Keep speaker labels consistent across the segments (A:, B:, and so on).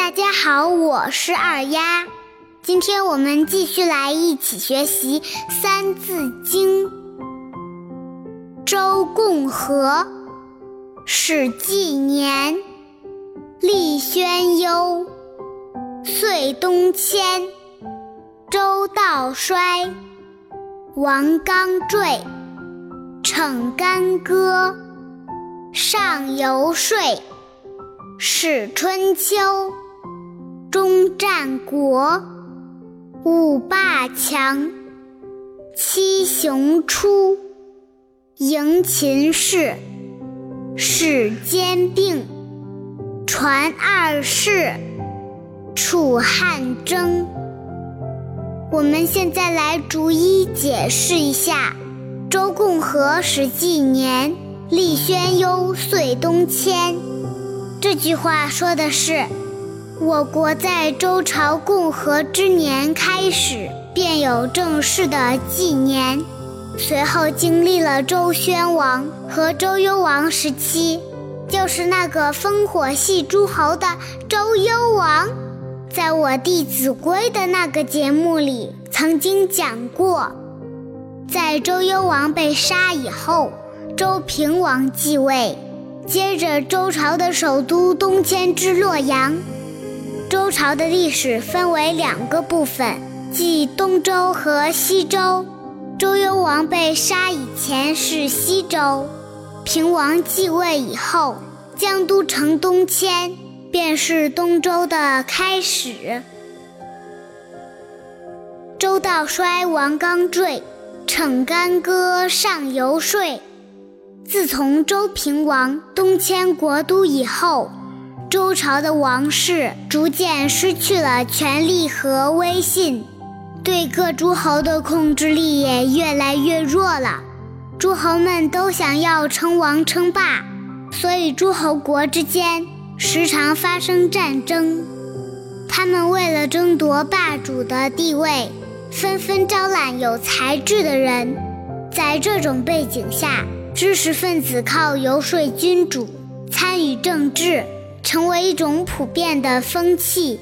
A: 大家好，我是二丫。今天我们继续来一起学习《三字经》。周共和，始纪年，历宣忧，岁东迁，周道衰，王纲坠，乘干戈，上游说，始春秋，终战国，五霸强，七雄出，迎秦氏，始兼并，传二世，楚汉争。我们现在来逐一解释一下周共和始纪年，历宣忧，岁东迁。这句话说的是，我国在周朝共和之年开始便有正式的纪年，随后经历了周宣王和周幽王时期，就是那个烽火戏诸侯的周幽王。在我《弟子规》的那个节目里曾经讲过，在周幽王被杀以后，周平王继位，接着周朝的首都东迁至洛阳。周朝的历史分为两个部分，即东周和西周。周幽王被杀以前是西周，平王继位以后，将都城东迁，便是东周的开始。周道衰，王纲坠，乘干戈，上游说。自从周平王东迁国都以后，周朝的王室逐渐失去了权力和威信，对各诸侯的控制力也越来越弱了。诸侯们都想要称王称霸，所以诸侯国之间时常发生战争。他们为了争夺霸主的地位，纷纷招揽有才智的人。在这种背景下，知识分子靠游说君主，参与政治，成为一种普遍的风气。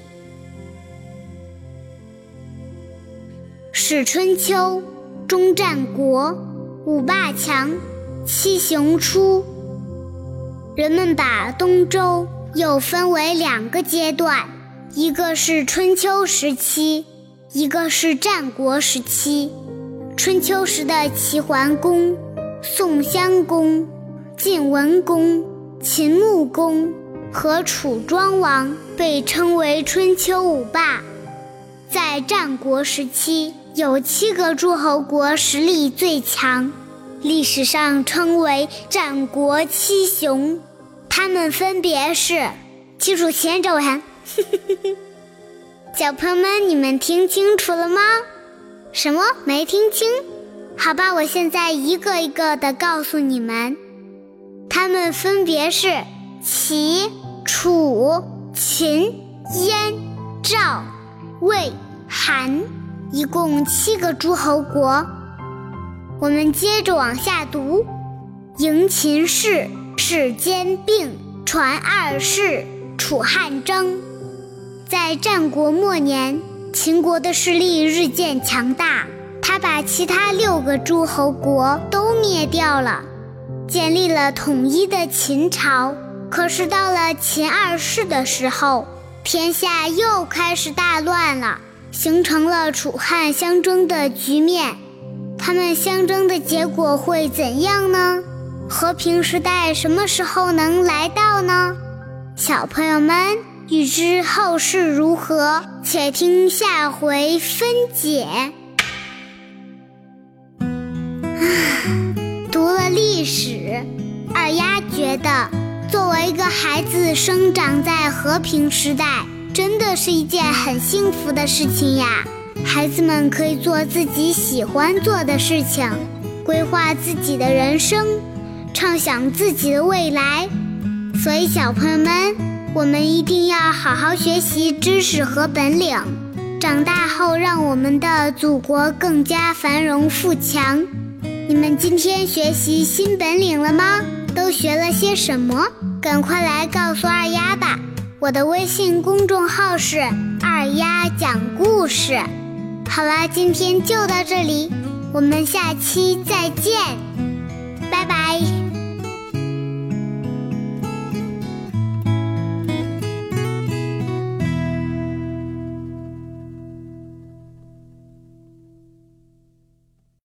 A: 始春秋，终战国，五霸强，七雄出。人们把东周又分为两个阶段，一个是春秋时期，一个是战国时期。春秋时的齐桓公、宋襄公、晋文公、秦穆公和楚庄王被称为春秋五霸。在战国时期，有7个诸侯国实力最强，历史上称为战国七雄。他们分别是，记住前者文。小朋友们，你们听清楚了吗？什么？没听清？好吧，我现在一个一个地告诉你们。他们分别是齐、楚、秦、燕、赵、魏、韩，一共7个诸侯国。我们接着往下读，迎秦氏，始兼并，传二世，楚汉争。在战国末年，秦国的势力日渐强大，他把其他6个诸侯国都灭掉了，建立了统一的秦朝。可是到了秦二世的时候，天下又开始大乱了，形成了楚汉相争的局面。他们相争的结果会怎样呢？和平时代什么时候能来到呢？小朋友们，欲知后事如何，且听下回分解。读了历史，二丫觉得作为一个孩子生长在和平时代，真的是一件很幸福的事情呀。孩子们可以做自己喜欢做的事情，规划自己的人生，畅想自己的未来。所以小朋友们，我们一定要好好学习知识和本领，长大后让我们的祖国更加繁荣富强。你们今天学习新本领了吗？都学了些什么？赶快来告诉二丫吧。 我的微信公众号是二丫讲故事。好啦，今天就到这里，我们下期再见。